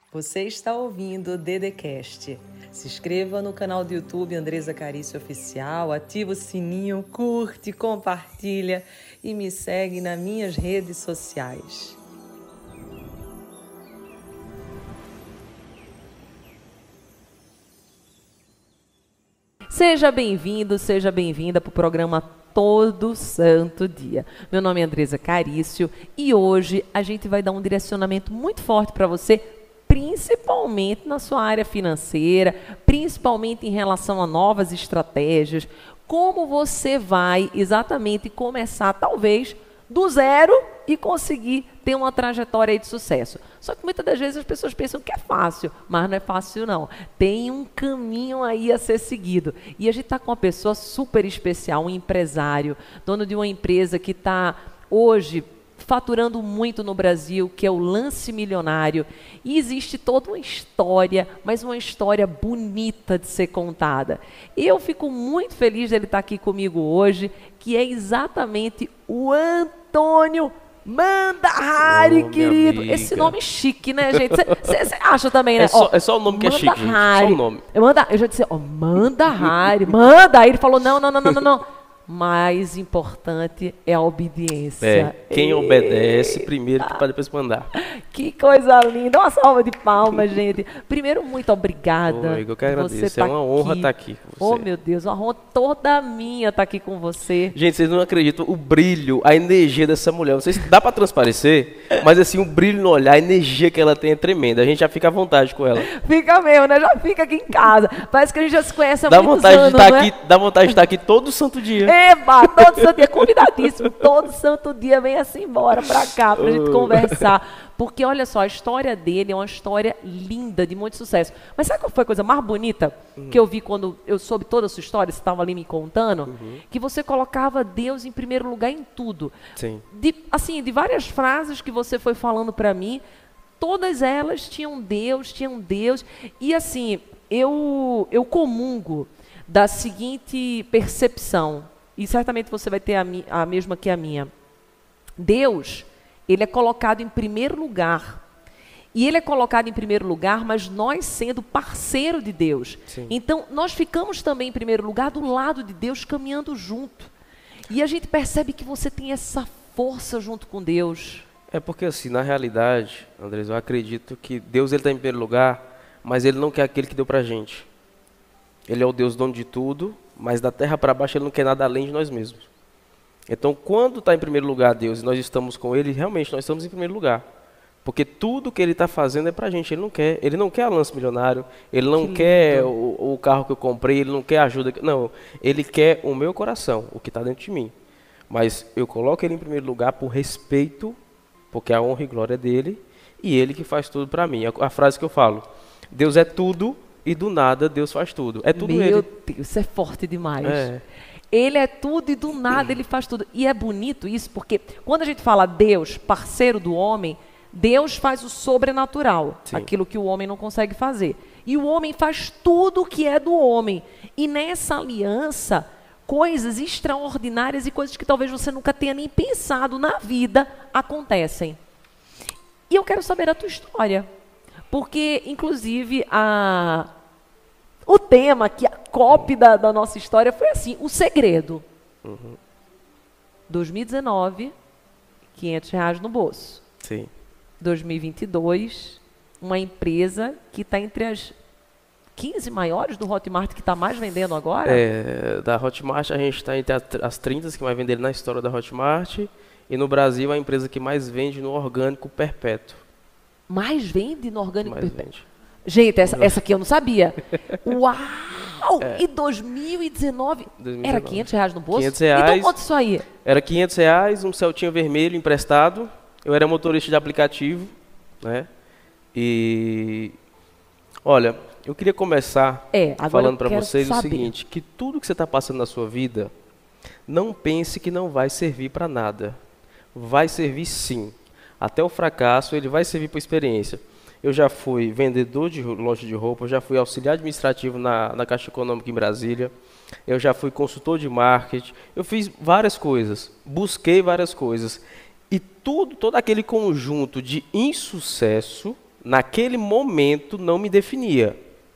Você está ouvindo o Dedecast. Se inscreva no canal do YouTube Andresa Carício Oficial, ativa o sininho, curte, compartilha e me segue nas minhas redes sociais. Seja bem-vindo, seja bem-vinda para o programa Todo Santo Dia. Meu nome é Andresa Carício e hoje a gente vai dar um direcionamento muito forte para você, principalmente na sua área financeira, principalmente em relação a novas estratégias, como você vai exatamente começar, talvez, do zero e conseguir ter uma trajetória aí de sucesso. Só que muitas das vezes as pessoas pensam que é fácil, mas não é fácil não. Tem um caminho aí a ser seguido. E a gente está com uma pessoa super especial, um empresário, dono de uma empresa que está hoje faturando muito no Brasil, que é o Lance Milionário. E existe toda uma história, mas uma história bonita de ser contada. E eu fico muito feliz dele estar aqui comigo hoje, que é exatamente o Antônio Mandahari, querido. Esse nome chique, né, gente? Você acha também, né? É só o nome que é chique, gente. Só o nome. Eu já disse, Mandahari, manda. Aí ele falou, não. Mais importante é a obediência. Quem obedece primeiro que para depois mandar. Que coisa linda. Uma salva de palmas, gente. Primeiro, muito obrigada. Amigo, eu que agradeço. É uma honra estar aqui com você. Oh, meu Deus, uma honra toda minha estar aqui com você. Gente, vocês não acreditam o brilho, a energia dessa mulher. Não sei se dá para transparecer, mas assim, o brilho no olhar, a energia que ela tem é tremenda. A gente já fica à vontade com ela. Fica mesmo, né? Já fica aqui em casa. Parece que a gente já se conhece há muitos anos, Dá vontade de estar aqui todo santo dia. Eba, todo santo dia, convidadíssimo, todo santo dia vem assim embora pra cá pra gente conversar, porque olha só, a história dele é uma história linda, de muito sucesso. Mas sabe qual foi a coisa mais bonita que eu vi quando eu soube toda a sua história, você estava ali me contando? Que você colocava Deus em primeiro lugar em tudo. Sim. De várias frases que você foi falando pra mim, todas elas tinham Deus, e assim, eu comungo da seguinte percepção, e certamente você vai ter a mesma que a minha. Deus, ele é colocado em primeiro lugar. E ele é colocado em primeiro lugar, mas nós sendo parceiro de Deus. Sim. Então, nós ficamos também em primeiro lugar do lado de Deus, caminhando junto. E a gente percebe que você tem essa força junto com Deus. É porque assim, na realidade, Andrés, eu acredito que Deus está em primeiro lugar, mas ele não quer aquele que deu pra gente. Ele é o Deus dono de tudo, mas da terra para baixo ele não quer nada além de nós mesmos. Então, quando está em primeiro lugar Deus e nós estamos com Ele, realmente nós estamos em primeiro lugar. Porque tudo que Ele está fazendo é para a gente. Ele não quer a Lance Milionário, Ele não quer o carro que eu comprei, Ele não quer ajuda. Não, Ele quer o meu coração, o que está dentro de mim. Mas eu coloco Ele em primeiro lugar por respeito, porque a honra e glória é dEle, e Ele que faz tudo para mim. A frase que eu falo, Deus é tudo, e do nada Deus faz tudo. É tudo Ele. Meu Deus, isso é forte demais. Ele é tudo e do nada Ele faz tudo. E é bonito isso, porque quando a gente fala Deus, parceiro do homem, Deus faz o sobrenatural, Sim. Aquilo que o homem não consegue fazer. E o homem faz tudo o que é do homem. E nessa aliança, coisas extraordinárias e coisas que talvez você nunca tenha nem pensado na vida acontecem. E eu quero saber a tua história. Porque, inclusive, o tema, que a copy da nossa história foi assim, o segredo. 2019, R$500 no bolso. Sim. 2022, uma empresa que está entre as 15 maiores do Hotmart, que está mais vendendo agora. Da Hotmart a gente está entre as 30 que mais venderam na história da Hotmart. E no Brasil a empresa que mais vende no orgânico perpétuo. Mais vende no orgânico perpétuo? Gente, essa aqui eu não sabia. Uau! E 2019 era R$500 no bolso? R$500. Então conta isso aí. Era R$500, um Celtinha vermelho emprestado. Eu era motorista de aplicativo, né? E olha, eu queria começar falando para vocês o seguinte, que tudo que você está passando na sua vida, não pense que não vai servir para nada. Vai servir sim. Até o fracasso, ele vai servir para experiência. Eu já fui vendedor de loja de roupa, eu já fui auxiliar administrativo na Caixa Econômica em Brasília, eu já fui consultor de marketing, eu fiz várias coisas, busquei várias coisas. E todo aquele conjunto de insucesso naquele momento não me definia.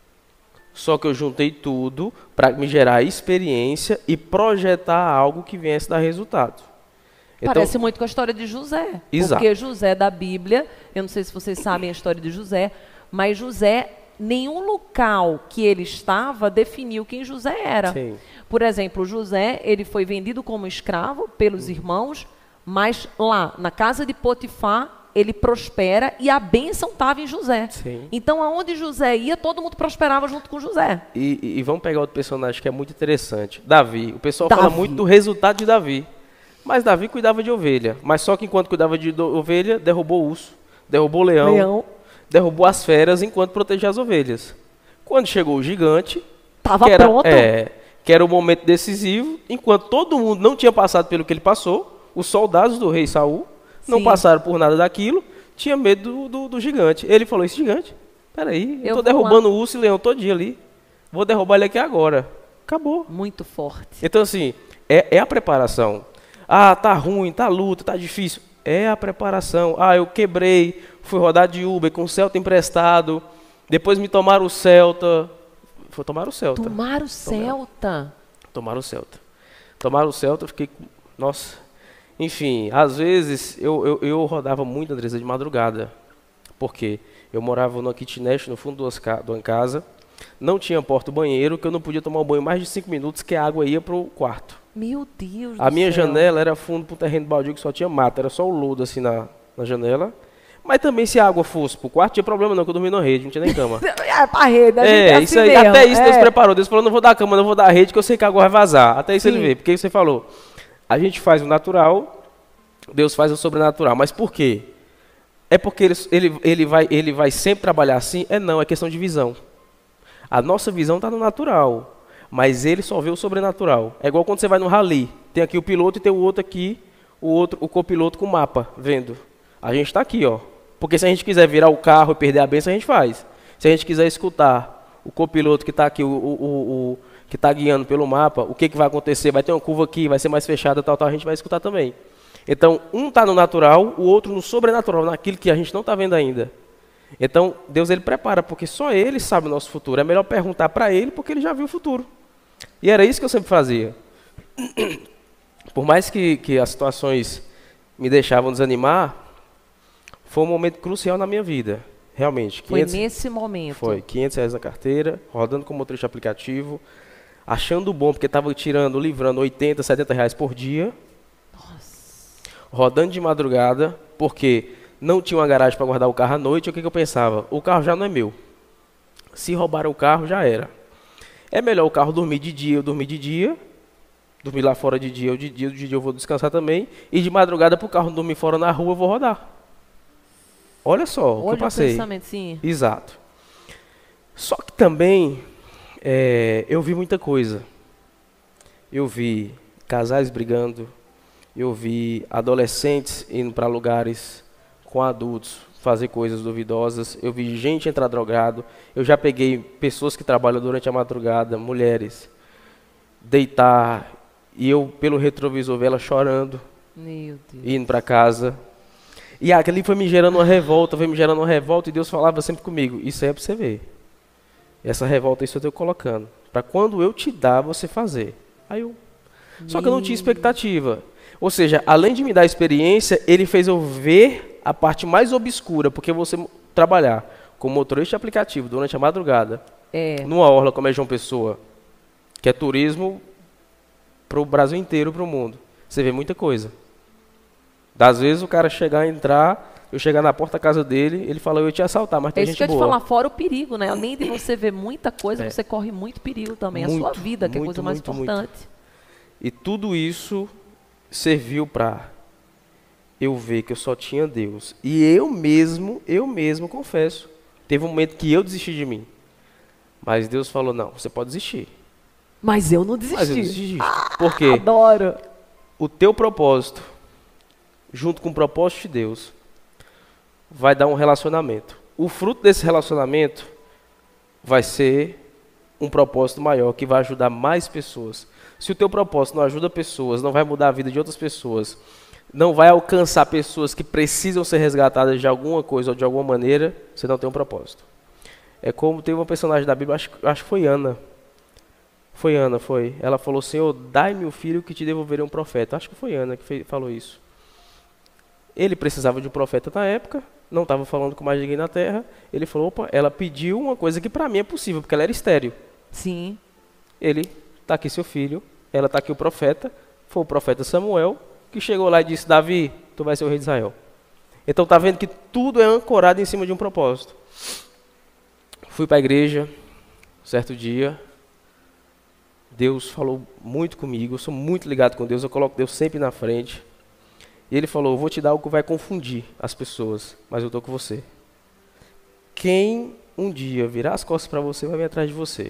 Só que eu juntei tudo para me gerar experiência e projetar algo que viesse dar resultado. Parece muito com a história de José. Exato. Porque José da Bíblia, eu não sei se vocês sabem a história de José, mas José, nenhum local que ele estava definiu quem José era. Sim. Por exemplo, José, ele foi vendido como escravo pelos irmãos, mas lá, na casa de Potifar, ele prospera e a bênção estava em José. Sim. Então, aonde José ia, todo mundo prosperava junto com José. E vamos pegar outro personagem que é muito interessante. Davi. O pessoal fala muito do resultado de Davi. Mas Davi cuidava de ovelha. Mas só que enquanto cuidava de ovelha, derrubou o urso, derrubou o leão, derrubou as feras enquanto protegia as ovelhas. Quando chegou o gigante, estava pronto. Que era o momento decisivo, enquanto todo mundo não tinha passado pelo que ele passou, os soldados do rei Saul não passaram por nada daquilo, tinha medo do gigante. Ele falou, esse gigante, peraí, eu estou derrubando o urso e o leão todo dia ali, vou derrubar ele aqui agora. Acabou. Muito forte. Então assim, é a preparação. Ah, tá ruim, tá luta, tá difícil. É a preparação. Ah, eu quebrei, fui rodar de Uber com o Celta emprestado, depois me tomaram o Celta. Foi tomar o Celta. Tomaram o Celta? Tomaram o Celta. Tomaram o Celta, eu fiquei... Nossa... Enfim, às vezes eu rodava muito, Andressa, de madrugada. Porque eu morava numa kitnet no fundo de uma casa, não tinha porta do banheiro, que eu não podia tomar um banho mais de 5 minutos, que a água ia para o quarto. Meu Deus do céu. A minha céu. janela era fundo para um terreno baldio que só tinha mata, era só o lodo assim na janela. Mas também se a água fosse para o quarto, tinha problema não, que eu dormia na rede, não tinha nem cama. É pra rede, a gente é assim isso aí, mesmo. até isso Deus preparou. Deus falou, não vou dar a cama, não vou dar a rede, que eu sei que a água vai vazar. Até isso ele veio, porque você falou... A gente faz o natural, Deus faz o sobrenatural. Mas por quê? É porque ele vai sempre trabalhar assim? Não, é questão de visão. A nossa visão está no natural, mas ele só vê o sobrenatural. É igual quando você vai no rally. Tem aqui o piloto e tem o outro aqui, o copiloto com o mapa, vendo. A gente está aqui, ó. Porque se a gente quiser virar o carro e perder a bênção, a gente faz. Se a gente quiser escutar o copiloto que está aqui, que está guiando pelo mapa, o que vai acontecer, vai ter uma curva aqui, vai ser mais fechada, tal, a gente vai escutar também. Então, um está no natural, o outro no sobrenatural, naquilo que a gente não está vendo ainda. Então, Deus ele prepara, porque só Ele sabe o nosso futuro. É melhor perguntar para Ele, porque Ele já viu o futuro. E era isso que eu sempre fazia. Por mais que as situações me deixavam desanimar, foi um momento crucial na minha vida. Realmente. Foi nesse momento. Foi, R$500 na carteira, rodando como motorista aplicativo, achando bom, porque estava livrando R$80, R$70 por dia. Nossa. Rodando de madrugada, porque não tinha uma garagem para guardar o carro à noite. O que eu pensava? O carro já não é meu. Se roubaram o carro, já era. É melhor o carro dormir de dia, eu dormir de dia. Dormir lá fora de dia, de dia eu vou descansar também. E de madrugada, para o carro não dormir fora na rua, eu vou rodar. Olha só o que eu passei. Pensamento, sim. Exato. Só que também eu vi muita coisa. Eu vi casais brigando. Eu vi adolescentes indo para lugares com adultos fazer coisas duvidosas. Eu vi gente entrar drogado. Eu já peguei pessoas que trabalham durante a madrugada, mulheres, deitar e eu pelo retrovisor ver ela chorando, meu Deus, indo para casa. E aquilo foi me gerando uma revolta, e Deus falava sempre comigo, isso aí é para você ver. Essa revolta, isso eu estou colocando. Para quando eu te dar, você fazer. Só que eu não tinha expectativa. Ou seja, além de me dar experiência, ele fez eu ver a parte mais obscura, porque você trabalhar como motorista aplicativo durante a madrugada, numa orla como é João Pessoa, que é turismo para o Brasil inteiro, para o mundo, você vê muita coisa. Das vezes o cara entrar, eu chegar na porta da casa dele, ele fala, eu ia te assaltar, mas tem gente boa. É isso que eu ia te falar, fora o perigo, né? Além de você ver muita coisa, você corre muito perigo também. A sua vida, que é a coisa mais importante. E tudo isso serviu para eu ver que eu só tinha Deus. E eu mesmo confesso, teve um momento que eu desisti de mim. Mas Deus falou, não, você pode desistir. Mas eu não desisti. Por quê? Adoro. O teu propósito, junto com o propósito de Deus, vai dar um relacionamento. O fruto desse relacionamento vai ser um propósito maior, que vai ajudar mais pessoas. Se o teu propósito não ajuda pessoas, não vai mudar a vida de outras pessoas, não vai alcançar pessoas que precisam ser resgatadas de alguma coisa ou de alguma maneira, você não tem um propósito. É como teve uma personagem da Bíblia, acho que foi Ana. Foi Ana, foi. Ela falou, Senhor, dai-me um filho que te devolverei um profeta. Acho que foi Ana que falou isso. Ele precisava de um profeta na época, não estava falando com mais ninguém na terra. Ele falou, opa, ela pediu uma coisa que para mim é possível, porque ela era estéril. Sim. Ele, está aqui seu filho, ela está aqui o profeta, foi o profeta Samuel, que chegou lá e disse, Davi, tu vai ser o rei de Israel. Então está vendo que tudo é ancorado em cima de um propósito. Fui para a igreja, certo dia, Deus falou muito comigo, eu sou muito ligado com Deus, eu coloco Deus sempre na frente. E ele falou, eu vou te dar algo que vai confundir as pessoas, mas eu estou com você. Quem um dia virar as costas para você, vai vir atrás de você.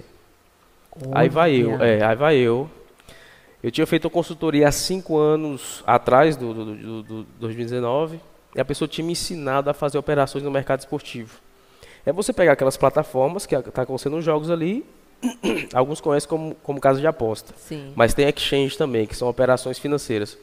Aí vai eu. Eu tinha feito uma consultoria há 5 anos atrás, do 2019, e a pessoa tinha me ensinado a fazer operações no mercado esportivo. É você pegar aquelas plataformas que está acontecendo nos jogos ali, alguns conhecem como casa de aposta. Sim. Mas tem exchange também, que são operações financeiras.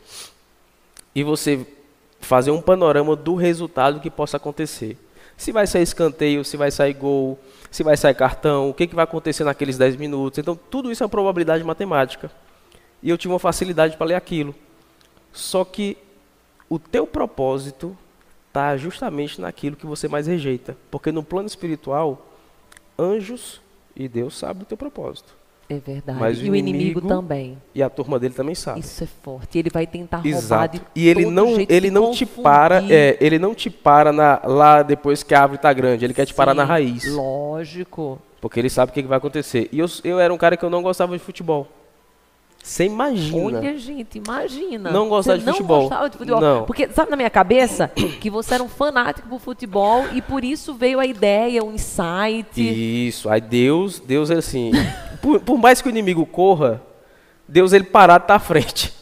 E você fazer um panorama do resultado que possa acontecer. Se vai sair escanteio, se vai sair gol, se vai sair cartão, o que vai acontecer naqueles 10 minutos. Então, tudo isso é uma probabilidade matemática. E eu tive uma facilidade para ler aquilo. Só que o teu propósito está justamente naquilo que você mais rejeita. Porque no plano espiritual, anjos e Deus sabem do teu propósito. É verdade. Mas e o inimigo também. E a turma dele também sabe. Isso é forte. Ele vai tentar roubar Exato. de E ele todo não, jeito, ele não te para, ele não te para lá depois que a árvore está grande. Ele quer te parar na raiz. Lógico. Porque ele sabe o que vai acontecer. E eu era um cara que eu não gostava de futebol. Você imagina. Olha, gente, imagina. Não gostar de futebol. Não gostava de futebol. Não. Porque, sabe na minha cabeça, que você era um fanático por futebol e por isso veio a ideia, o insight. Isso. Aí Deus é assim... por mais que o inimigo corra, Deus ele parado está à frente.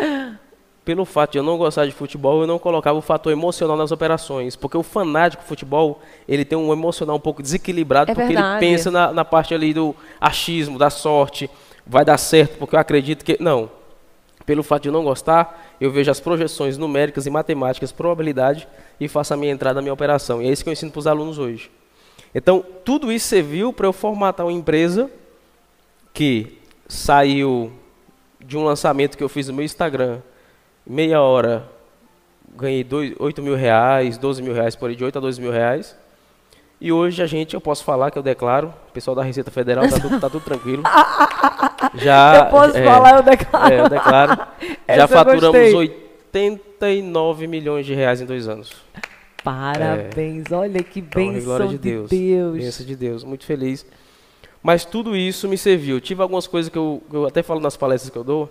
Pelo fato de eu não gostar de futebol, eu não colocava o fator emocional nas operações. Porque o fanático de futebol, ele tem um emocional um pouco desequilibrado, porque verdade. ele pensa na parte ali do achismo, da sorte, vai dar certo, porque eu acredito que... Não. Pelo fato de eu não gostar, eu vejo as projeções numéricas e matemáticas, probabilidade, e faço a minha entrada na minha operação. E é isso que eu ensino para os alunos hoje. Então, tudo isso serviu para eu formatar uma empresa que saiu de um lançamento que eu fiz no meu Instagram, meia hora, ganhei 8 mil reais, 12 mil reais, por aí de 8 a 12 mil reais. E hoje eu posso falar que eu declaro, o pessoal da Receita Federal tá tudo tranquilo. Eu posso falar, eu declaro. Eu declaro. Já faturamos 89 milhões de reais em 2 anos. Parabéns, olha que bênção glória de Deus. Bênção de Deus, muito feliz. Mas tudo isso me serviu. Tive algumas coisas que eu até falo nas palestras que eu dou,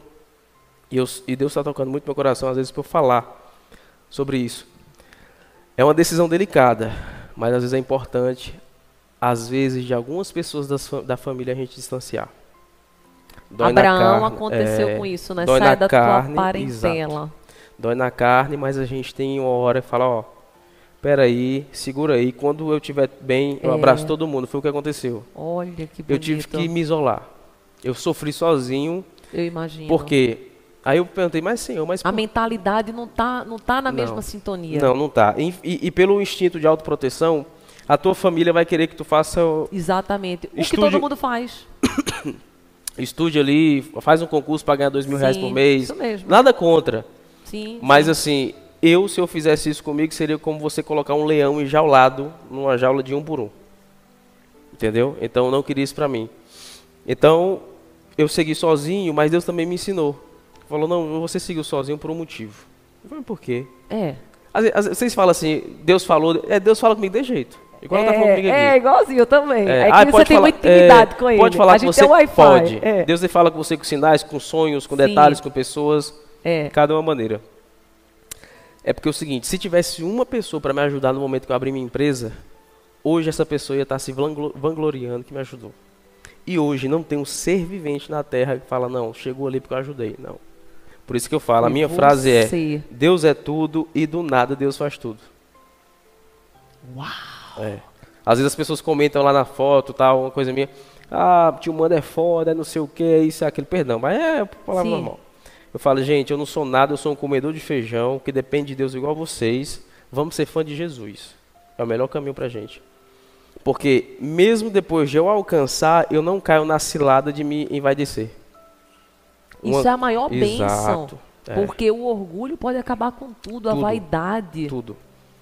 e Deus está tocando muito meu coração, às vezes, para eu falar sobre isso. É uma decisão delicada, mas às vezes é importante, às vezes, de algumas pessoas da família a gente distanciar. Dói Abraão na carne, aconteceu com isso, né? Dói Sai na da carne, tua parentela. exato. Dói na carne, mas a gente tem uma hora que fala, peraí, segura aí, quando eu estiver bem, eu abraço todo mundo. Foi o que aconteceu. Olha que bonito. Eu tive que me isolar. Eu sofri sozinho. Eu imagino. Porque aí eu perguntei, mas Senhor, mas... A mentalidade não tá na mesma sintonia. Não tá. E pelo instinto de autoproteção, a tua família vai querer que tu faça... Exatamente. O que todo mundo faz. Estude ali, faz um concurso para ganhar 2 mil reais por mês. Isso mesmo. Nada contra. Sim. Mas assim, se eu fizesse isso comigo, seria como você colocar um leão enjaulado numa jaula de 1 por 1. Entendeu? Então eu não queria isso para mim. Então eu segui sozinho, mas Deus também me ensinou. Falou, não, você seguiu sozinho por um motivo. Eu falei, por quê? Vocês falam assim, Deus falou, Deus fala comigo de jeito. Igual tá falando comigo aqui. Igualzinho, eu também. Que você tem muita intimidade com ele. Pode falar com você, pode. É. Deus ele fala com você com sinais, com sonhos, com detalhes, com pessoas. Cada uma maneira. É porque é o seguinte, se tivesse uma pessoa para me ajudar no momento que eu abri minha empresa, hoje essa pessoa ia estar se vangloriando que me ajudou. E hoje não tem um ser vivente na terra que fala, não, chegou ali porque eu ajudei. Não. Por isso que eu falo, a minha frase é, Deus é tudo e do nada Deus faz tudo. Uau! Às vezes as pessoas comentam lá na foto, tal, uma coisa minha, tio Mano é foda, não sei o que, isso, aquilo, perdão, mas é palavra normal. Eu falo, gente, eu não sou nada, eu sou um comedor de feijão, que depende de Deus igual a vocês. Vamos ser fã de Jesus. É o melhor caminho pra gente. Porque mesmo depois de eu alcançar, eu não caio na cilada de me envaidecer. Isso é a maior bênção. Exato. Porque o orgulho pode acabar com tudo, a vaidade. Tudo.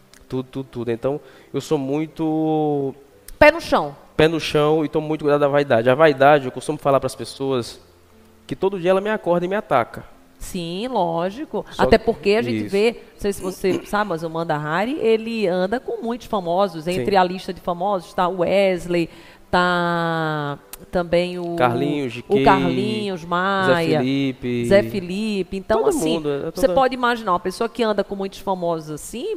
Então, eu sou muito... Pé no chão. Pé no chão e tomo muito cuidado da vaidade. A vaidade, eu costumo falar para as pessoas que todo dia ela me acorda e me ataca. Sim, lógico. Até porque a gente vê, não sei se você sabe, mas o Manda Hari, ele anda com muitos famosos. Entre a lista de famosos está o Wesley, está também o Carlinhos Maia, Zé Felipe. Então, todo assim, mundo, você pode imaginar, uma pessoa que anda com muitos famosos assim,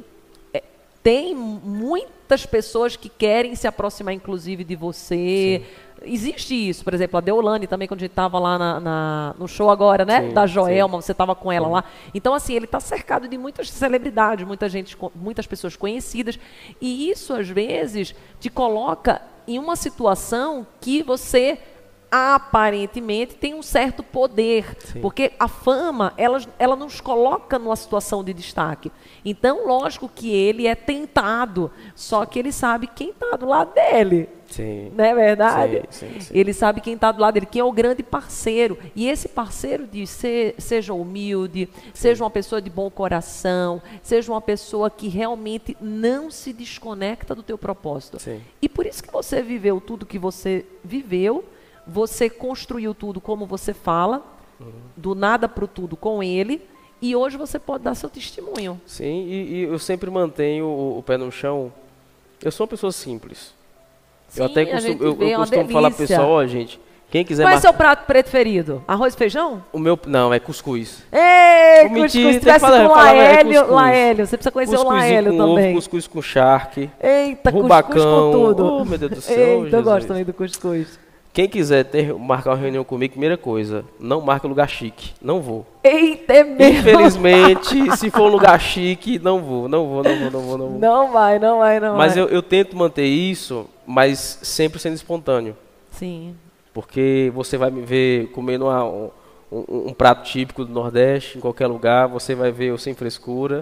tem muitas pessoas que querem se aproximar, inclusive, de você. Sim. Existe isso. Por exemplo, a Deolane também, quando a gente estava lá no show agora, né? Sim, da Joelma, você estava com ela lá. Então, assim, ele está cercado de muitas celebridades, muitas pessoas conhecidas. E isso, às vezes, te coloca em uma situação que você aparentemente tem um certo poder, porque a fama, ela nos coloca numa situação de destaque. Então, lógico que ele é tentado, só que ele sabe quem está do lado dele. Sim. Não é verdade? Sim. Ele sabe quem está do lado dele, quem é o grande parceiro. E esse parceiro diz, seja humilde, seja uma pessoa de bom coração, seja uma pessoa que realmente não se desconecta do teu propósito. Sim. E por isso que você viveu tudo que você viveu, você construiu tudo como você fala, do nada para o tudo com ele, e hoje você pode dar seu testemunho. Sim, e eu sempre mantenho o pé no chão. Eu sou uma pessoa simples. Sim, eu costumo falar pro pessoal, ó, gente, quem quiser... Qual é o seu prato preferido? Arroz e feijão? O meu, não, é cuscuz. Ei, cuscuz, se tivesse com Laélio, você precisa conhecer o Laélio também. Cuscuz com charque. Eita, rubacão, cuscuz com tudo. Oh, meu Deus do céu, Eita, eu gosto também do cuscuz. Quem quiser marcar uma reunião comigo, primeira coisa, não marca lugar chique. Não vou. Eita, é mesmo? Infelizmente, se for um lugar chique, não vou. Não vai. Mas eu tento manter isso, mas sempre sendo espontâneo. Sim. Porque você vai me ver comendo um prato típico do Nordeste, em qualquer lugar, você vai ver eu sem frescura.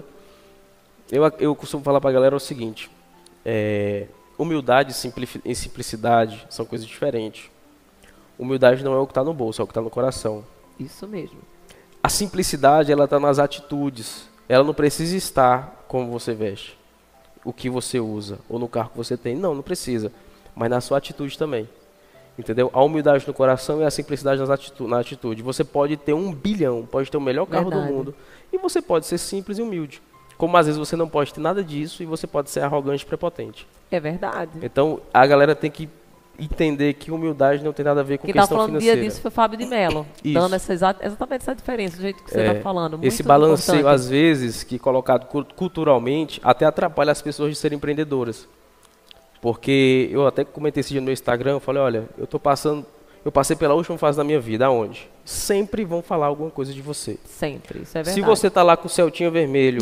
Eu costumo falar pra galera o seguinte, humildade e simplicidade são coisas diferentes. Humildade não é o que está no bolso, é o que está no coração. Isso mesmo. A simplicidade, ela está nas atitudes. Ela não precisa estar como você veste, o que você usa, ou no carro que você tem. Não precisa. Mas na sua atitude também. Entendeu? A humildade no coração e a simplicidade na atitude. Você pode ter 1 bilhão, pode ter o melhor carro do mundo. E você pode ser simples e humilde. Como às vezes você não pode ter nada disso e você pode ser arrogante e prepotente. É verdade. Então, a galera tem que entender que humildade não tem nada a ver com questão financeira. Quem está falando dia disso foi o Fábio de Mello, dando exatamente essa diferença, do jeito que você está falando. Muito esse balanceio, importante. Às vezes, que colocado culturalmente, até atrapalha as pessoas de serem empreendedoras. Porque eu até comentei esse dia no meu Instagram, eu falei, olha, eu passei pela última fase da minha vida, aonde? Sempre vão falar alguma coisa de você. Sempre, isso é verdade. Se você está lá com o Celtinha vermelho...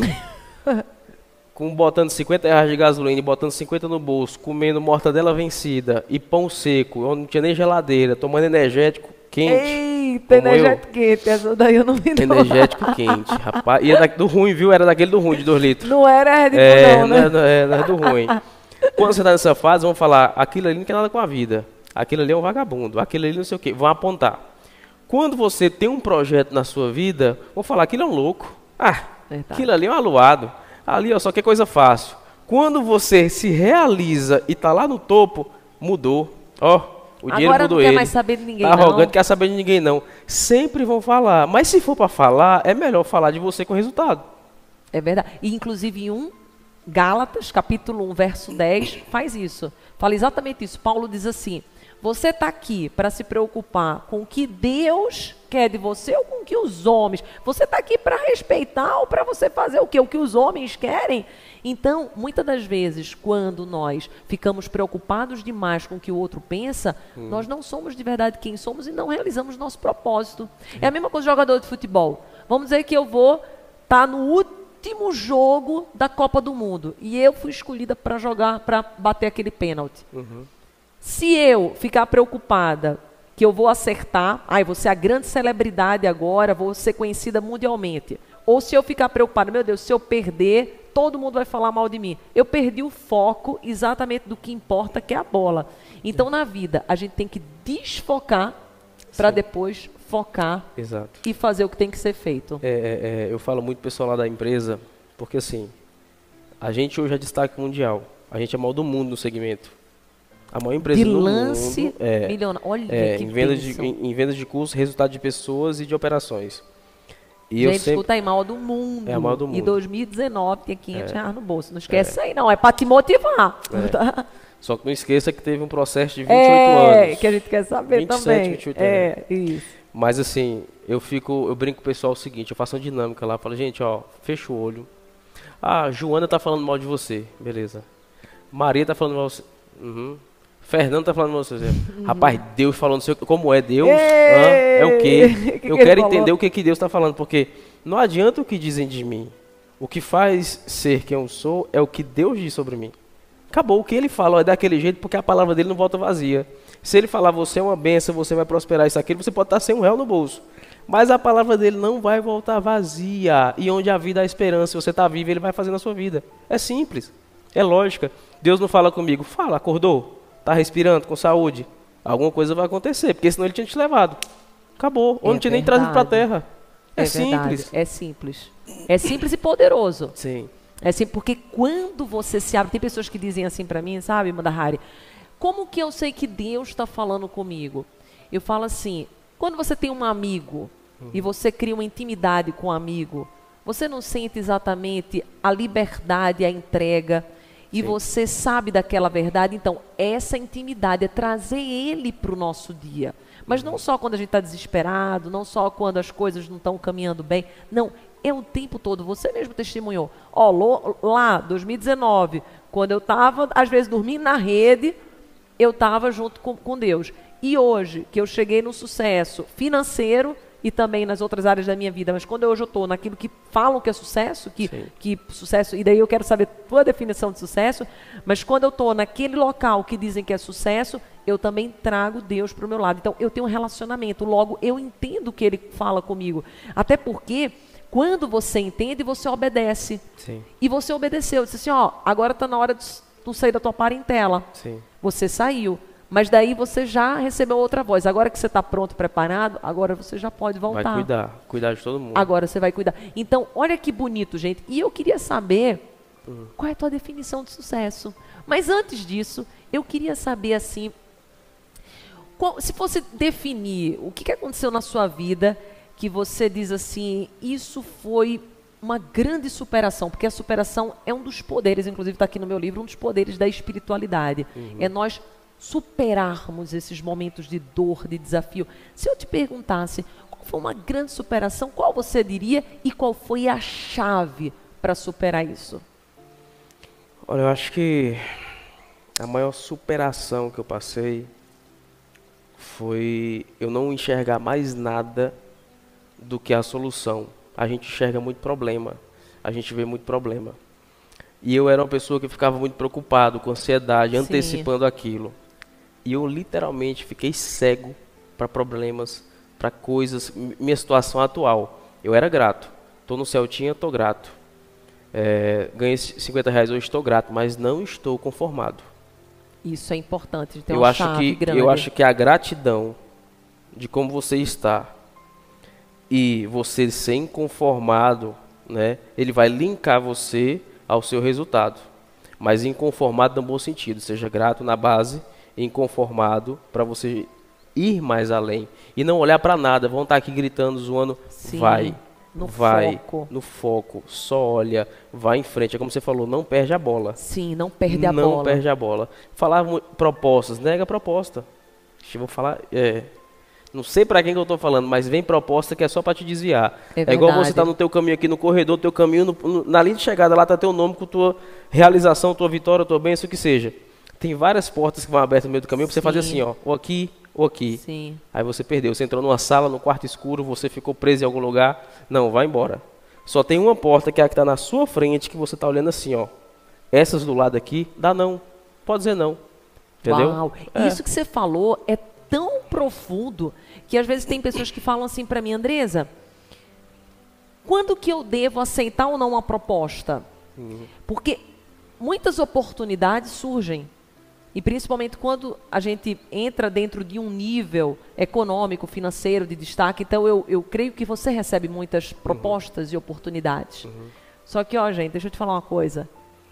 botando R$50 de gasolina e botando 50 no bolso, comendo mortadela vencida e pão seco, onde não tinha nem geladeira, tomando energético quente. Eita, energético quente, essa daí eu não me dou. Energético quente, rapaz. E era do ruim, viu? Era daquele do ruim, de 2 litros. Não era Red Bull, não, né? Não é do ruim. Quando você está nessa fase, vão falar, aquilo ali não quer nada com a vida. Aquilo ali é um vagabundo, aquilo ali não sei o quê. Vão apontar. Quando você tem um projeto na sua vida, vão falar, aquilo é um louco. Aquilo ali é um aluado. Ali, ó, só que é coisa fácil. Quando você se realiza e tá lá no topo, mudou. Ó, o dinheiro agora mudou ele. Agora não ele. quer mais saber de ninguém, tá arrogante, quer saber de ninguém, não. Sempre vão falar. Mas se for para falar, é melhor falar de você com resultado. É verdade. E, inclusive, Gálatas, capítulo 1, verso 10, faz isso. Fala exatamente isso. Paulo diz assim, você está aqui para se preocupar com o que Deus quer de você ou com o que os homens... Você está aqui para respeitar ou para você fazer o quê? O que os homens querem? Então, muitas das vezes, quando nós ficamos preocupados demais com o que o outro pensa, nós não somos de verdade quem somos e não realizamos nosso propósito. É a mesma coisa do jogador de futebol. Vamos dizer que eu vou estar no último jogo da Copa do Mundo e eu fui escolhida para jogar, para bater aquele pênalti. Se eu ficar preocupada que eu vou acertar, vou ser a grande celebridade agora, vou ser conhecida mundialmente. Ou se eu ficar preocupado, meu Deus, se eu perder, todo mundo vai falar mal de mim. Eu perdi o foco exatamente do que importa, que é a bola. Então, na vida, a gente tem que desfocar para depois focar. Exato. E fazer o que tem que ser feito. Eu falo muito pro pessoal lá da empresa, porque assim, a gente hoje é destaque mundial. A gente é maior do mundo no segmento. A maior empresa de do lance mundo milionário. Olha que em vendas de cursos, resultado de pessoas e de operações. E gente, escuta aí, maior do mundo. É a maior do mundo. E 2019 tinha 500 reais no bolso. Não esquece isso aí não, é para te motivar. Tá? Só que não esqueça que teve um processo de 28 anos. Que a gente quer saber 27, também. 28 anos. Isso. Mas assim, eu brinco com o pessoal o seguinte, eu faço uma dinâmica lá, falo, gente, ó, fecha o olho. Joana tá falando mal de você, beleza. Maria tá falando mal de você. Fernando tá falando mal de você. Rapaz, Deus falando, como é Deus? É o quê? Eu quero entender o que Deus tá falando, porque não adianta o que dizem de mim. O que faz ser quem eu sou é o que Deus diz sobre mim. Acabou, o que ele fala é daquele jeito, porque a palavra dele não volta vazia. Se ele falar, você é uma bênção, você vai prosperar isso aqui, você pode estar sem R$1 no bolso. Mas a palavra dele não vai voltar vazia. E onde a vida há esperança, se você está vivo, ele vai fazer na sua vida. É simples, é lógica. Deus não fala comigo, fala, acordou, está respirando, com saúde. Alguma coisa vai acontecer, porque senão ele tinha te levado. Acabou, ou não tinha nem trazido para a terra. É simples. É simples. É simples e poderoso. Sim. É assim, porque quando você se abre, tem pessoas que dizem assim para mim, sabe, Mandahari, como que eu sei que Deus está falando comigo? Eu falo assim, quando você tem um amigo e você cria uma intimidade com um amigo, você não sente exatamente a liberdade, a entrega, e você sabe daquela verdade, então essa intimidade é trazer ele para o nosso dia. Mas não só quando a gente está desesperado, não só quando as coisas não estão caminhando bem, não, é o tempo todo, você mesmo testemunhou. Lá, 2019, quando eu estava, às vezes, dormindo na rede, eu estava junto com Deus. E hoje, que eu cheguei no sucesso financeiro e também nas outras áreas da minha vida, mas quando hoje eu estou naquilo que falam que é sucesso, que sucesso, e daí eu quero saber a tua definição de sucesso, mas quando eu estou naquele local que dizem que é sucesso, eu também trago Deus para o meu lado. Então, eu tenho um relacionamento, logo eu entendo o que ele fala comigo. Até porque quando você entende, você obedece. Sim. E você obedeceu. Disse assim, agora está na hora de tu sair da tua parentela. Sim. Você saiu. Mas daí você já recebeu outra voz. Agora que você está pronto, preparado, agora você já pode voltar. Vai cuidar de todo mundo. Agora você vai cuidar. Então, olha que bonito, gente. E eu queria saber qual é a tua definição de sucesso. Mas antes disso, eu queria saber assim, se fosse definir o que aconteceu na sua vida, que você diz assim, isso foi uma grande superação, porque a superação é um dos poderes, inclusive está aqui no meu livro, um dos poderes da espiritualidade. É nós superarmos esses momentos de dor, de desafio. Se eu te perguntasse qual foi uma grande superação, qual você diria e qual foi a chave para superar isso? Olha, eu acho que a maior superação que eu passei foi eu não enxergar mais nada do que a solução. A gente enxerga muito problema, a gente vê muito problema. E eu era uma pessoa que ficava muito preocupado, com ansiedade, antecipando aquilo. E eu literalmente fiquei cego para problemas, para coisas, minha situação atual. Eu era grato, estou no Celtinha, estou grato. Ganhei R$50 hoje, estou grato, mas não estou conformado. Isso é importante, tem uma chave grande. Eu acho que a gratidão de como você está e você ser inconformado, né, ele vai linkar você ao seu resultado. Mas inconformado no bom sentido, seja grato na base, inconformado para você ir mais além. E não olhar para nada, vão estar aqui gritando, zoando, vai no foco, só olha, vai em frente. É como você falou, não perde a bola. Sim, não perde a bola. Não perde a bola. Falar propostas, nega a proposta. Deixa eu falar, não sei para quem que eu estou falando, mas vem proposta que é só para te desviar. É igual você estar no teu caminho aqui no corredor, teu caminho, na linha de chegada lá está teu nome com tua realização, tua vitória, tua bênção, o que seja. Tem várias portas que vão abertas no meio do caminho para você fazer assim, ou aqui, ou aqui. Sim. Aí você perdeu. Você entrou numa sala, no quarto escuro, você ficou preso em algum lugar. Não, vai embora. Só tem uma porta que é a que está na sua frente, que você está olhando assim, ó. Essas do lado aqui, dá não. Pode dizer não. Entendeu? Uau. Isso que você falou é tão profundo que às vezes tem pessoas que falam assim para mim, Andresa, quando que eu devo aceitar ou não uma proposta? Porque muitas oportunidades surgem. E principalmente quando a gente entra dentro de um nível econômico, financeiro, de destaque. Então, eu creio que você recebe muitas propostas e oportunidades. Só que, ó, gente, deixa eu te falar uma coisa.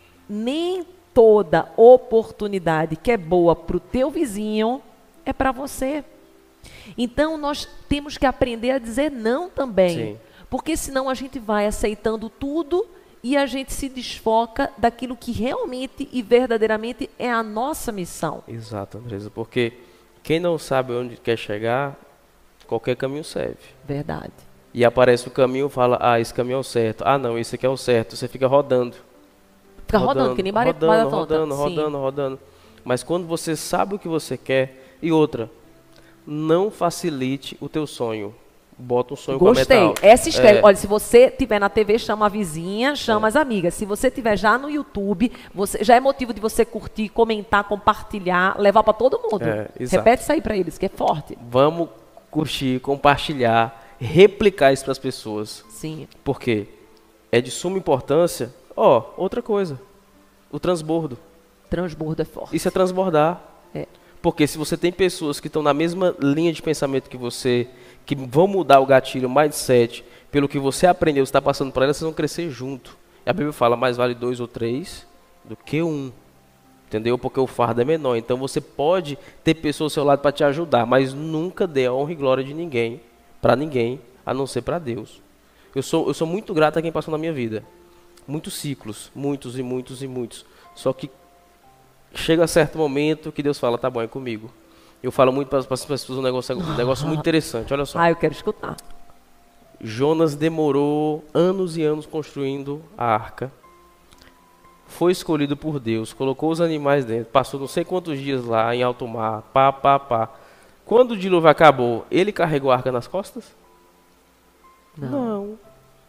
Nem toda oportunidade que é boa para o teu vizinho é para você. Então, nós temos que aprender a dizer não também. Sim. Porque senão a gente vai aceitando tudo e a gente se desfoca daquilo que realmente e verdadeiramente é a nossa missão. Exato, Andresa, porque quem não sabe onde quer chegar, qualquer caminho serve. Verdade. E aparece o caminho e fala, esse caminho é o certo. Ah, não, esse aqui é o certo. Você fica rodando. Fica rodando, que nem barata tonta. Rodando. Mas quando você sabe o que você quer, e outra, não facilite o teu sonho. Bota um sonho com a meta alta. Gostei. Essa história. Olha, se você tiver na TV, chama a vizinha, chama as amigas. Se você tiver já no YouTube, já é motivo de você curtir, comentar, compartilhar, levar para todo mundo. Repete isso aí para eles, que é forte. Vamos curtir, compartilhar, replicar isso para as pessoas. Sim. Por quê? É de suma importância. Outra coisa. O transbordo. Transbordo é forte. Isso é transbordar. É. Porque se você tem pessoas que estão na mesma linha de pensamento que você, que vão mudar o gatilho, o mindset, pelo que você aprendeu, você está passando para elas, vocês vão crescer junto. E a Bíblia fala, mais vale 2 ou 3 do que 1. Entendeu? Porque o fardo é menor. Então você pode ter pessoas ao seu lado para te ajudar, mas nunca dê a honra e glória de ninguém, para ninguém, a não ser para Deus. Eu sou muito grato a quem passou na minha vida. Muitos ciclos, muitos e muitos e muitos. Só que chega a certo momento que Deus fala, tá bom, é comigo. Eu falo muito para as pessoas um negócio muito interessante, olha só. Eu quero escutar. Jonas demorou anos e anos construindo a arca. Foi escolhido por Deus, colocou os animais dentro, passou não sei quantos dias lá em alto mar, Quando o dilúvio acabou, ele carregou a arca nas costas? Não.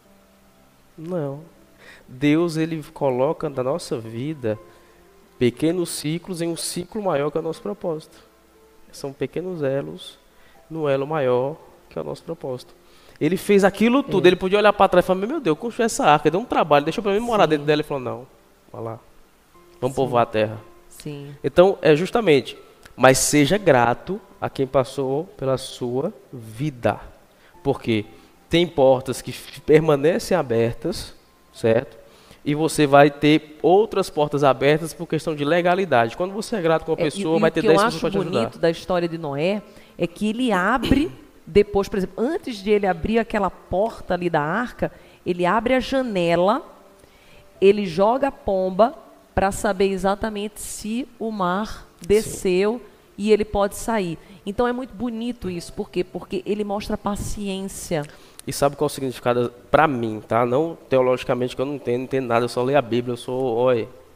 Deus, ele coloca na nossa vida pequenos ciclos em um ciclo maior que é o nosso propósito. São pequenos elos no elo maior que é o nosso propósito. Ele fez aquilo tudo, ele podia olhar para trás e falar, meu Deus, construir essa arca, deu um trabalho, deixa eu para mim morar dentro dela. Ele falou, não, vai lá, vamos povoar a terra. Sim. Então, justamente, mas seja grato a quem passou pela sua vida. Porque tem portas que permanecem abertas, certo? E você vai ter outras portas abertas por questão de legalidade. Quando você é grato com uma pessoa, vai ter 10 pessoas para te ajudar. O que eu acho bonito da história de Noé é que ele abre, depois, por exemplo, antes de ele abrir aquela porta ali da arca, ele abre a janela, ele joga a pomba para saber exatamente se o mar desceu e ele pode sair. Então é muito bonito isso. Por quê? Porque ele mostra paciência. E sabe qual é o significado para mim, tá? Não teologicamente, que eu não entendo nada, eu só leio a Bíblia, eu sou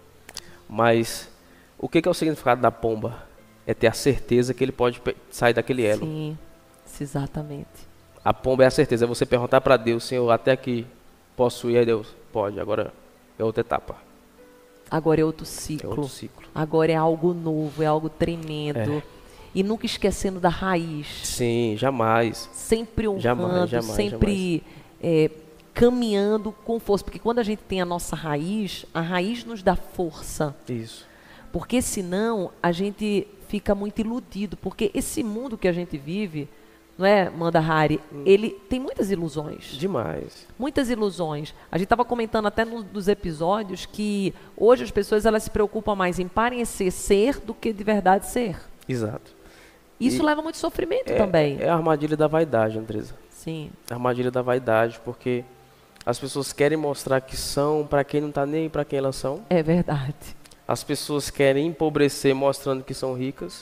Mas o que é o significado da pomba? É ter a certeza que ele pode sair daquele elo. Sim, exatamente. A pomba é a certeza, é você perguntar para Deus, Senhor, até aqui posso ir? Aí Deus, pode, agora é outra etapa. Agora é outro ciclo. É outro ciclo. Agora é algo novo, é algo tremendo. E nunca esquecendo da raiz. Sim, jamais. Sempre honrando, sempre caminhando com força. Porque quando a gente tem a nossa raiz, a raiz nos dá força. Isso. Porque senão a gente fica muito iludido. Porque esse mundo que a gente vive, não é, Manda Hari? Ele tem muitas ilusões. Demais. Muitas ilusões. A gente estava comentando até nos episódios que hoje as pessoas elas se preocupam mais em parecer ser do que de verdade ser. Exato. Isso leva muito sofrimento também. É a armadilha da vaidade, Andresa. Sim. A armadilha da vaidade, porque as pessoas querem mostrar que são para quem não está nem para quem elas são. É verdade. As pessoas querem empobrecer mostrando que são ricas.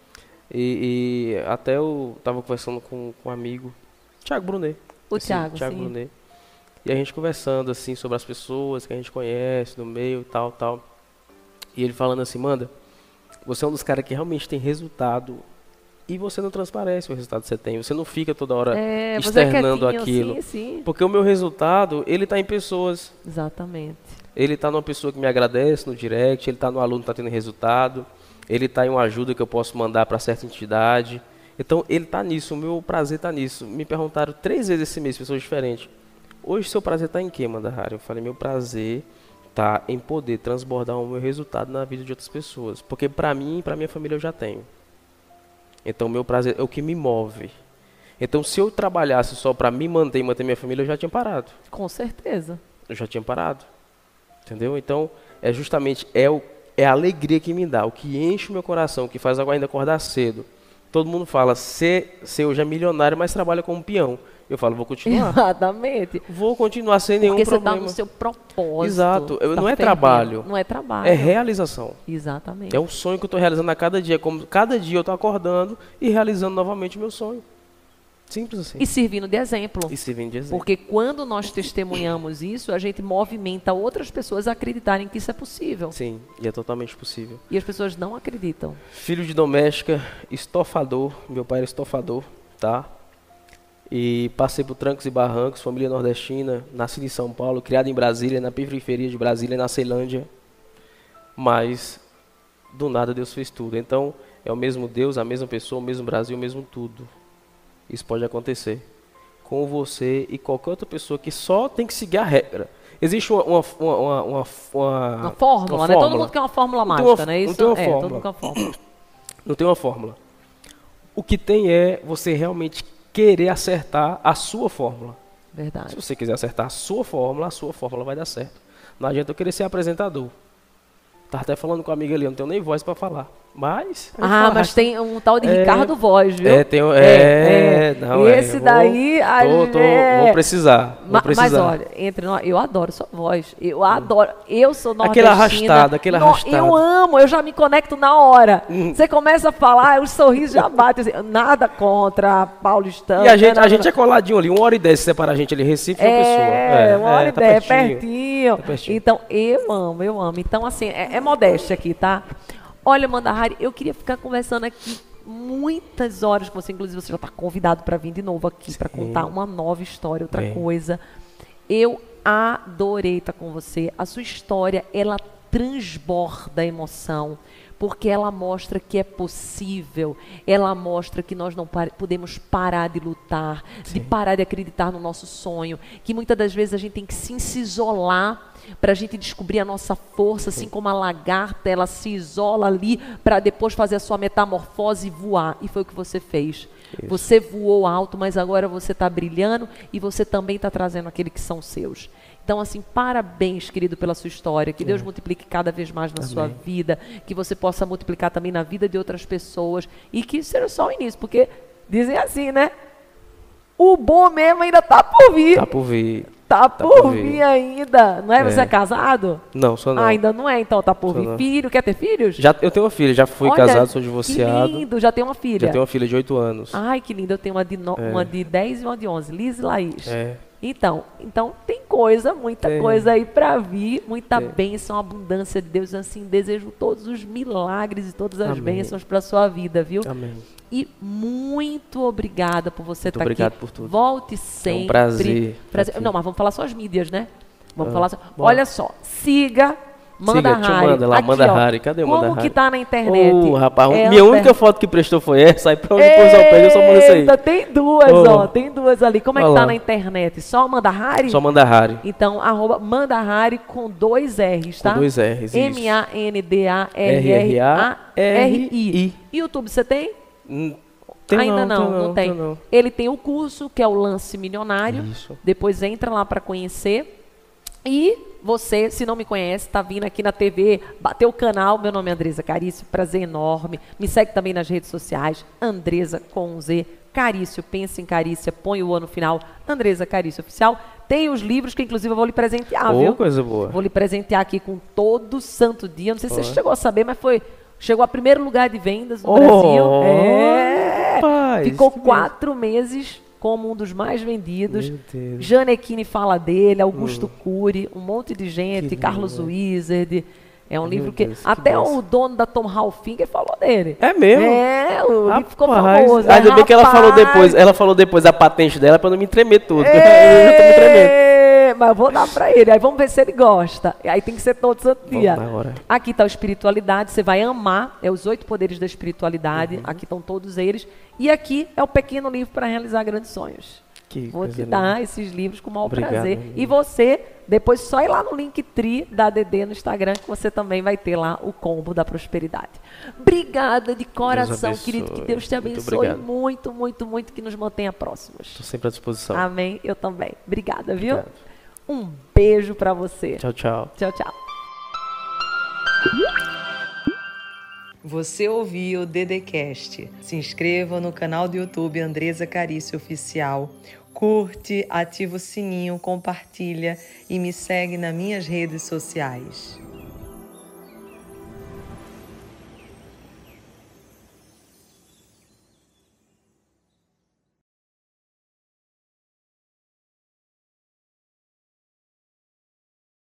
E até eu estava conversando com um amigo, Thiago Brunet. Thiago Brunet. E a gente conversando assim sobre as pessoas que a gente conhece no meio, tal. E ele falando assim, Manda, você é um dos caras que realmente tem resultado. E você não transparece o resultado que você tem. Você não fica toda hora externando aquilo. Sim. Porque o meu resultado, ele está em pessoas. Exatamente. Ele está numa pessoa que me agradece no direct, ele está no aluno que está tendo resultado, ele está em uma ajuda que eu posso mandar para certa entidade. Então, ele está nisso, o meu prazer está nisso. Me perguntaram 3 vezes esse mês, pessoas diferentes. Hoje, seu prazer está em quê, Mandahari? Eu falei, meu prazer está em poder transbordar o meu resultado na vida de outras pessoas. Porque para mim e para minha família eu já tenho. Então, meu prazer é o que me move. Então, se eu trabalhasse só para me manter e manter minha família, eu já tinha parado. Com certeza. Eu já tinha parado. Entendeu? Então, é justamente a alegria que me dá, o que enche o meu coração, o que faz eu ainda acordar cedo. Todo mundo fala, você hoje é milionário, mas trabalha como peão. Eu falo, vou continuar. Exatamente. Vou continuar sem nenhum problema. Porque você está no seu propósito. Exato. Tá Não é trabalho. Não é trabalho. É realização. Exatamente. É um sonho que eu estou realizando a cada dia. Como cada dia eu estou acordando e realizando novamente o meu sonho. Simples assim. E servindo de exemplo. E servindo de exemplo. Porque quando nós testemunhamos isso, a gente movimenta outras pessoas a acreditarem que isso é possível. Sim, e é totalmente possível. E as pessoas não acreditam. Filho de doméstica, estofador. Meu pai era estofador, tá? E passei por trancos e barrancos, família nordestina, nascido em São Paulo, criado em Brasília, na periferia de Brasília, na Ceilândia. Mas, do nada, Deus fez tudo. Então, é o mesmo Deus, a mesma pessoa, o mesmo Brasil, o mesmo tudo. Isso pode acontecer com você e qualquer outra pessoa que só tem que seguir a regra. Existe uma fórmula, né? Todo mundo quer uma fórmula mágica, né? Isso não tem uma fórmula. todo mundo quer uma fórmula. Não tem uma fórmula. O que tem é você realmente querer acertar a sua fórmula. Verdade. Se você quiser acertar a sua fórmula vai dar certo. Não adianta eu querer ser apresentador. Tava até falando com a amiga ali, eu não tenho nem voz para falar. Mas... mas tem um tal de Ricardo Voz, viu? Não, esse daí... Vou precisar. Mas olha, entre nós, eu adoro sua voz. Eu adoro. Eu sou nordestina. Aquele arrastado. Eu amo, eu já me conecto na hora. Você começa a falar, os sorrisos já batem. Assim, nada contra paulistano. E a gente é coladinho ali, 1h10 se separa a gente ali, Recife e uma pessoa. 1h10, tá pertinho. Tá pertinho. Então, eu amo. Então, assim, é modéstia aqui, tá? Olha, Mandahari, eu queria ficar conversando aqui muitas horas com você. Inclusive, você já está convidado para vir de novo aqui para contar uma nova história, outra coisa. Eu adorei estar com você. A sua história, ela transborda emoção, porque ela mostra que é possível, ela mostra que nós não podemos parar de lutar, de parar de acreditar no nosso sonho, que muitas das vezes a gente tem que se isolar para a gente descobrir a nossa força, assim como a lagarta, ela se isola ali para depois fazer a sua metamorfose e voar. E foi o que você fez. Isso. Você voou alto, mas agora você está brilhando e você também está trazendo aquele que são seus. Então, assim, parabéns, querido, pela sua história. Que Deus multiplique cada vez mais na sua vida, que você possa multiplicar também na vida de outras pessoas e que isso seja só o início, porque dizem assim, né? O bom mesmo ainda está por vir. Está por vir. Tá por vir ainda. Não é? Você é casado? Não, sou não. Ainda não é, então tá por vir. Filho, quer ter filhos? Eu tenho uma filha, já fui casado, sou divorciado. Que lindo, já tem uma filha. Já tenho uma filha de 8 anos. Ai, que lindo, eu tenho uma de 10 e uma de 11, Liz e Laís. Então tem muita coisa aí para vir, muita bênção, abundância de Deus, assim, desejo todos os milagres e todas as bênçãos para sua vida, viu? Amém. E muito obrigada por você estar aqui. Obrigado por tudo. Volte sempre. É um prazer. Não, mas vamos falar só as mídias, né? Vamos falar só. Olha só, siga Mandahari. Manda lá, Mandahari. Cadê o Mandahari? Como que tá na internet? Rapaz, minha única foto que prestou foi essa. Aí pra onde depois eu pego, eu só mando isso aí. Tem duas, tem duas ali. Como é que tá na internet? Só Mandahari? Só Mandahari. Então, @Mandahari com 2 R's, tá? Com 2 R's, isso. MANDARRARI. YouTube você tem? Ainda não tem. Ele tem o curso, que é o Lance Milionário. Isso. Depois entra lá para conhecer. E você, se não me conhece, está vindo aqui na TV, bateu o canal. Meu nome é Andresa Carício, prazer enorme. Me segue também nas redes sociais, Andresa com Z, Carício, pensa em Carícia, põe o O no final, Andresa Carício Oficial. Tem os livros que, inclusive, eu vou lhe presentear, viu? Coisa boa. Vou lhe presentear aqui com todo santo dia. Não sei se você chegou a saber, mas chegou a primeiro lugar de vendas no Brasil. Rapaz, ficou 4 meses como um dos mais vendidos. Janequine fala dele, Augusto Cury, um monte de gente, Carlos Wizard. É um livro que até o dono da Tom Halfinger falou dele. É mesmo? O livro ficou famoso. Ainda bem que ela falou depois a patente dela para não me tremer tudo. Eu já tô me tremendo. mas eu vou dar para ele. Aí vamos ver se ele gosta. Aí tem que ser todo santo dia. Vamos na hora. Aqui está a espiritualidade, você vai amar. É os 8 poderes da espiritualidade. Aqui estão todos eles. E aqui é o pequeno livro para realizar grandes sonhos. Vou te dar esses livros com o maior prazer. Amigo. E você, depois só ir lá no Linktree da DD no Instagram, que você também vai ter lá o combo da prosperidade. Obrigada de coração, querido. Que Deus te abençoe muito, muito, muito. Que nos mantenha próximos. Estou sempre à disposição. Amém. Eu também. Obrigada, viu? Obrigado. Um beijo para você. Tchau, tchau. Tchau, tchau. Você ouviu o Dedecast. Se inscreva no canal do YouTube Andresa Carício Oficial. Curte, ativa o sininho, compartilha e me segue nas minhas redes sociais.